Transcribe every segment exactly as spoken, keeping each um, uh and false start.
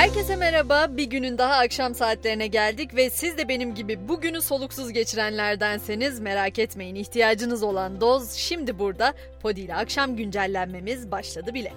Herkese merhaba, bir günün daha akşam saatlerine geldik ve siz de benim gibi bugünü soluksuz geçirenlerdenseniz merak etmeyin, ihtiyacınız olan doz şimdi burada. Podi ile akşam güncellenmemiz başladı bile.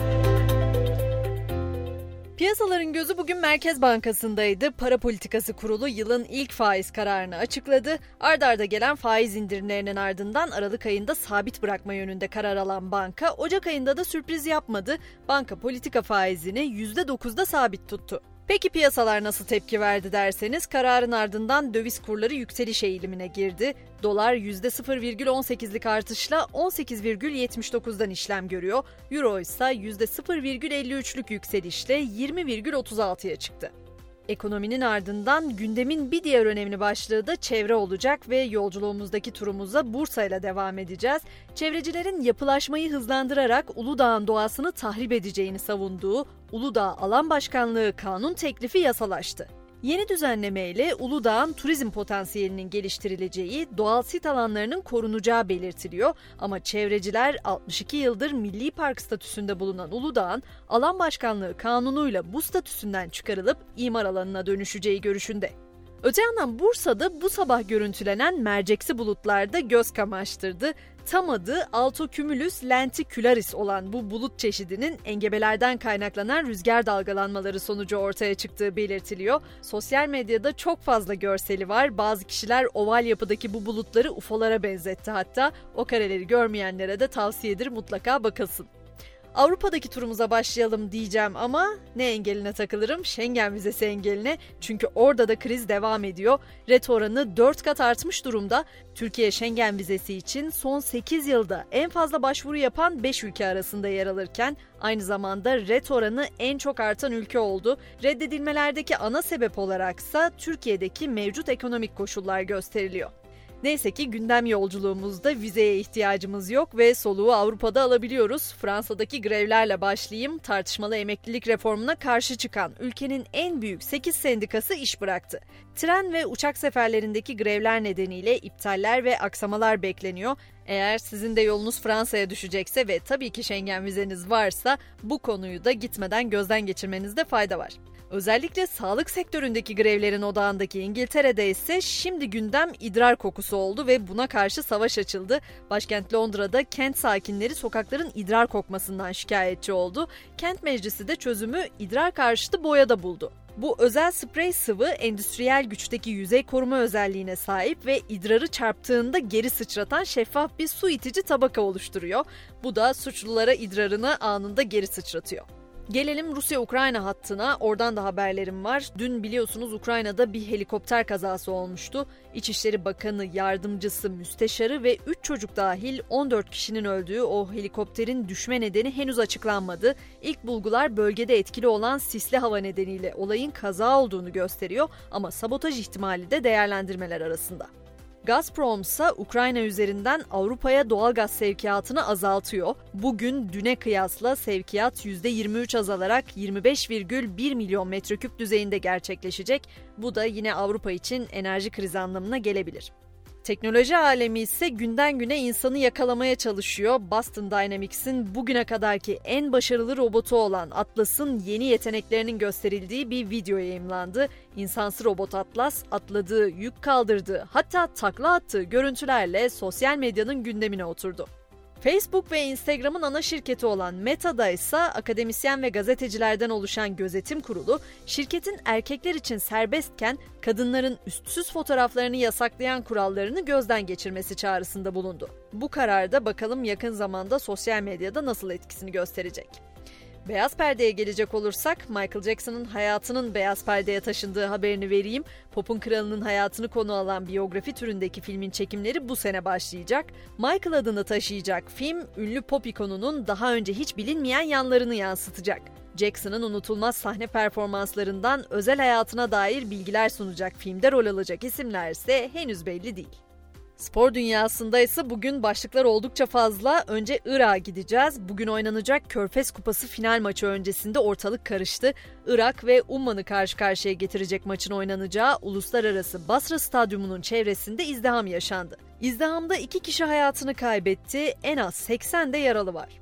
Piyasaların gözü bugün Merkez Bankası'ndaydı. Para Politikası Kurulu yılın ilk faiz kararını açıkladı. Ard arda gelen faiz indirimlerinin ardından Aralık ayında sabit bırakma yönünde karar alan banka, Ocak ayında da sürpriz yapmadı. Banka politika faizini yüzde dokuzda sabit tuttu. Peki piyasalar nasıl tepki verdi derseniz, kararın ardından döviz kurları yükseliş eğilimine girdi. Dolar yüzde sıfır virgül on sekizlik artışla on sekiz virgül yetmiş dokuzdan işlem görüyor. Euro ise yüzde sıfır virgül elli üçlük yükselişle yirmi virgül otuz altıya çıktı. Ekonominin ardından gündemin bir diğer önemli başlığı da çevre olacak ve yolculuğumuzdaki turumuza Bursa ile devam edeceğiz. Çevrecilerin yapılaşmayı hızlandırarak Uludağ'ın doğasını tahrip edeceğini savunduğu Uludağ Alan Başkanlığı kanun teklifi yasalaştı. Yeni düzenlemeyle Uludağ'ın turizm potansiyelinin geliştirileceği, doğal sit alanlarının korunacağı belirtiliyor. Ama çevreciler altmış iki yıldır milli park statüsünde bulunan Uludağ'ın alan başkanlığı kanunuyla bu statüsünden çıkarılıp imar alanına dönüşeceği görüşünde. Öte yandan Bursa'da bu sabah görüntülenen merceksi bulutlarda göz kamaştırdı. Tam adı Altocumulus lenticularis olan bu bulut çeşidinin engebelerden kaynaklanan rüzgar dalgalanmaları sonucu ortaya çıktığı belirtiliyor. Sosyal medyada çok fazla görseli var. Bazı kişiler oval yapıdaki bu bulutları U F O'lara benzetti hatta. O kareleri görmeyenlere de tavsiyedir, mutlaka bakılsın. Avrupa'daki turumuza başlayalım diyeceğim ama ne engeline takılırım? Schengen vizesi engeline. Çünkü orada da kriz devam ediyor. Ret oranı dört kat artmış durumda. Türkiye Schengen vizesi için son sekiz yılda en fazla başvuru yapan beş ülke arasında yer alırken aynı zamanda ret oranı en çok artan ülke oldu. Reddedilmelerdeki ana sebep olaraksa Türkiye'deki mevcut ekonomik koşullar gösteriliyor. Neyse ki gündem yolculuğumuzda vizeye ihtiyacımız yok ve soluğu Avrupa'da alabiliyoruz. Fransa'daki grevlerle başlayayım. Tartışmalı emeklilik reformuna karşı çıkan ülkenin en büyük sekiz sendikası iş bıraktı. Tren ve uçak seferlerindeki grevler nedeniyle iptaller ve aksamalar bekleniyor. Eğer sizin de yolunuz Fransa'ya düşecekse ve tabii ki Schengen vizeniz varsa bu konuyu da gitmeden gözden geçirmenizde fayda var. Özellikle sağlık sektöründeki grevlerin odağındaki İngiltere'de ise şimdi gündem idrar kokusu oldu ve buna karşı savaş açıldı. Başkent Londra'da kent sakinleri sokakların idrar kokmasından şikayetçi oldu. Kent meclisi de çözümü idrar karşıtı boyada buldu. Bu özel sprey sıvı endüstriyel güçteki yüzey koruma özelliğine sahip ve idrarı çarptığında geri sıçratan şeffaf bir su itici tabaka oluşturuyor. Bu da suçlulara idrarını anında geri sıçratıyor. Gelelim Rusya-Ukrayna hattına, oradan da haberlerim var. Dün biliyorsunuz Ukrayna'da bir helikopter kazası olmuştu. İçişleri Bakanı, yardımcısı, müsteşarı ve üç çocuk dahil on dört kişinin öldüğü o helikopterin düşme nedeni henüz açıklanmadı. İlk bulgular bölgede etkili olan sisli hava nedeniyle olayın kaza olduğunu gösteriyor ama sabotaj ihtimali de değerlendirmeler arasında. Gazprom ise Ukrayna üzerinden Avrupa'ya doğalgaz sevkiyatını azaltıyor. Bugün düne kıyasla sevkiyat yüzde yirmi üç azalarak yirmi beş virgül bir milyon metreküp düzeyinde gerçekleşecek. Bu da yine Avrupa için enerji krizi anlamına gelebilir. Teknoloji alemi ise günden güne insanı yakalamaya çalışıyor. Boston Dynamics'in bugüne kadarki en başarılı robotu olan Atlas'ın yeni yeteneklerinin gösterildiği bir video yayımlandı. İnsansı robot Atlas, atladığı, yük kaldırdığı, hatta takla attığı görüntülerle sosyal medyanın gündemine oturdu. Facebook ve Instagram'ın ana şirketi olan Meta'da ise akademisyen ve gazetecilerden oluşan gözetim kurulu, şirketin erkekler için serbestken kadınların üstsüz fotoğraflarını yasaklayan kurallarını gözden geçirmesi çağrısında bulundu. Bu karar da bakalım yakın zamanda sosyal medyada nasıl etkisini gösterecek. Beyaz perdeye gelecek olursak, Michael Jackson'ın hayatının beyaz perdeye taşındığı haberini vereyim. Pop'un kralının hayatını konu alan biyografi türündeki filmin çekimleri bu sene başlayacak. Michael adını taşıyacak film, ünlü pop ikonunun daha önce hiç bilinmeyen yanlarını yansıtacak. Jackson'ın unutulmaz sahne performanslarından özel hayatına dair bilgiler sunacak filmde rol alacak isimler ise henüz belli değil. Spor dünyasında ise bugün başlıklar oldukça fazla. Önce Irak'a gideceğiz. Bugün oynanacak Körfez Kupası final maçı öncesinde ortalık karıştı. Irak ve Umman'ı karşı karşıya getirecek maçın oynanacağı Uluslararası Basra Stadyumu'nun çevresinde izdiham yaşandı. İzdihamda iki kişi hayatını kaybetti, en az seksen de yaralı var.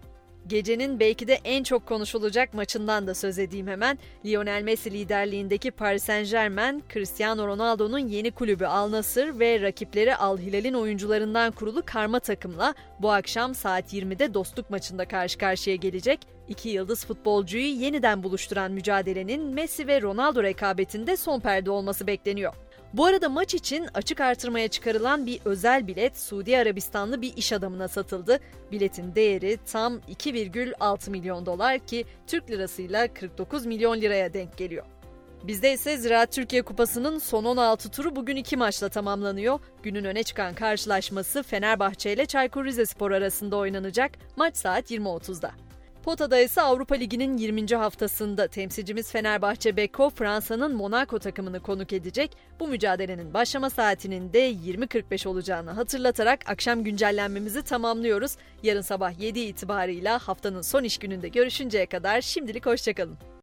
Gecenin belki de en çok konuşulacak maçından da söz edeyim hemen. Lionel Messi liderliğindeki Paris Saint-Germain, Cristiano Ronaldo'nun yeni kulübü Al Nassr ve rakipleri Al Hilal'in oyuncularından kurulu karma takımla bu akşam saat yirmide dostluk maçında karşı karşıya gelecek. İki yıldız futbolcuyu yeniden buluşturan mücadelenin Messi ve Ronaldo rekabetinde son perde olması bekleniyor. Bu arada maç için açık artırmaya çıkarılan bir özel bilet Suudi Arabistanlı bir iş adamına satıldı. Biletin değeri tam iki virgül altı milyon dolar ki Türk lirasıyla kırk dokuz milyon liraya denk geliyor. Bizde ise Ziraat Türkiye Kupası'nın son on altı turu bugün iki maçla tamamlanıyor. Günün öne çıkan karşılaşması Fenerbahçe ile Çaykur Rizespor arasında oynanacak. Maç saat yirmi otuzda. Potada ise Avrupa Ligi'nin yirminci haftasında temsilcimiz Fenerbahçe Beko Fransa'nın Monaco takımını konuk edecek. Bu mücadelenin başlama saatinin de yirmi kırk beş olacağını hatırlatarak akşam güncellenmemizi tamamlıyoruz. Yarın sabah yedi itibarıyla haftanın son iş gününde görüşünceye kadar şimdilik hoşçakalın.